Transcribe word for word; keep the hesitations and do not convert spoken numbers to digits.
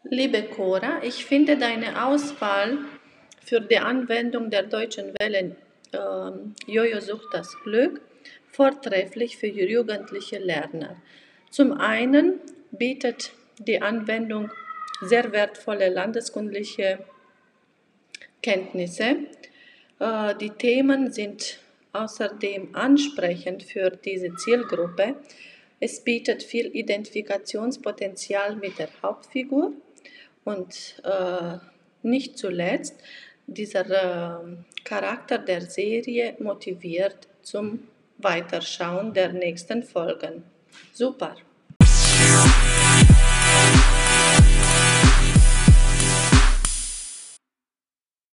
Liebe Cora, ich finde deine Auswahl für die Anwendung der Deutschen Welle ähm, Jojo sucht das Glück vortrefflich für jugendliche Lerner. Zum einen bietet die Anwendung sehr wertvolle landeskundliche Kenntnisse. Äh, die Themen sind außerdem ansprechend für diese Zielgruppe. Es bietet viel Identifikationspotenzial mit der Hauptfigur und äh, nicht zuletzt, dieser äh, Charakter der Serie motiviert zum Weiterschauen der nächsten Folgen. Super!